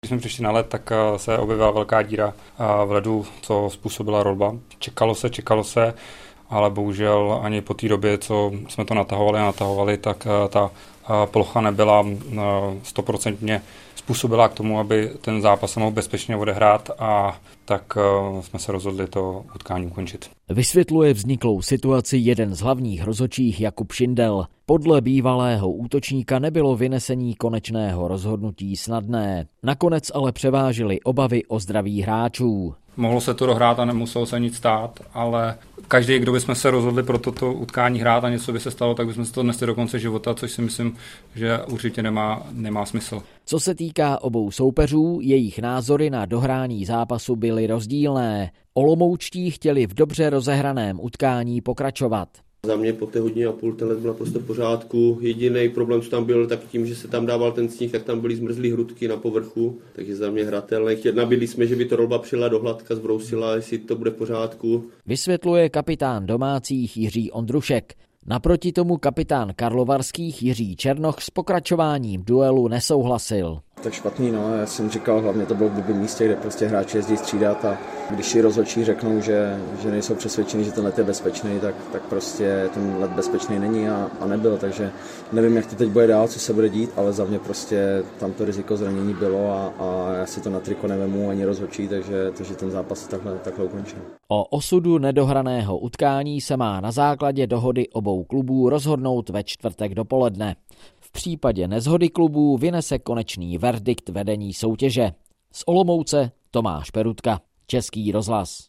Když jsme přišli na led, tak se objevila velká díra v ledu, co způsobila rolba. Čekalo se, ale bohužel ani po té době, co jsme to natahovali, tak ta plocha nebyla 100% způsobila k tomu, aby ten zápas se mohl bezpečně odehrát, a tak jsme se rozhodli to utkání ukončit. Vysvětluje vzniklou situaci jeden z hlavních rozhodčích Jakub Šindel. Podle bývalého útočníka nebylo vynesení konečného rozhodnutí snadné. Nakonec ale převážily obavy o zdraví hráčů. Mohlo se to dohrát a nemuselo se nic stát, ale každý, kdo bychom se rozhodli pro toto utkání hrát a něco by se stalo, tak bychom se to nesli do konce života, což si myslím, že určitě nemá smysl. Co se týká obou soupeřů, jejich názory na dohrání zápasu byly rozdílné. Olomoučtí chtěli v dobře rozehraném utkání pokračovat. Za mě po té hodině a půl ten let byl naprosto v pořádku. Jediný problém, co tam byl, tak tím, že se tam dával ten sníh, tak tam byly zmrzlý hrudky na povrchu, takže za mě hratelné. Nabídli jsme, že by to rolba přijela do hladka, zbrousila, jestli to bude v pořádku. Vysvětluje kapitán domácích Jiří Ondrušek. Naproti tomu kapitán karlovarských Jiří Černoch s pokračováním duelu nesouhlasil. Tak špatný, no, já jsem říkal, hlavně to bylo v blbém místě, kde prostě hráči jezdí střídat, a když si rozhodčí řeknou, že nejsou přesvědčeni, že ten let je bezpečný, tak prostě ten let bezpečný není a nebyl, takže nevím, jak to teď bude dál, co se bude dít, ale za mě prostě tam to riziko zranění bylo a já si to na triko nevemu ani rozhodčí, takže ten zápas takhle ukončil. O osudu nedohraného utkání se má na základě dohody obou klubů rozhodnout ve čtvrtek dopoledne. V případě neshody klubů vynese konečný verdikt vedení soutěže. Z Olomouce Tomáš Perutka, Český rozhlas.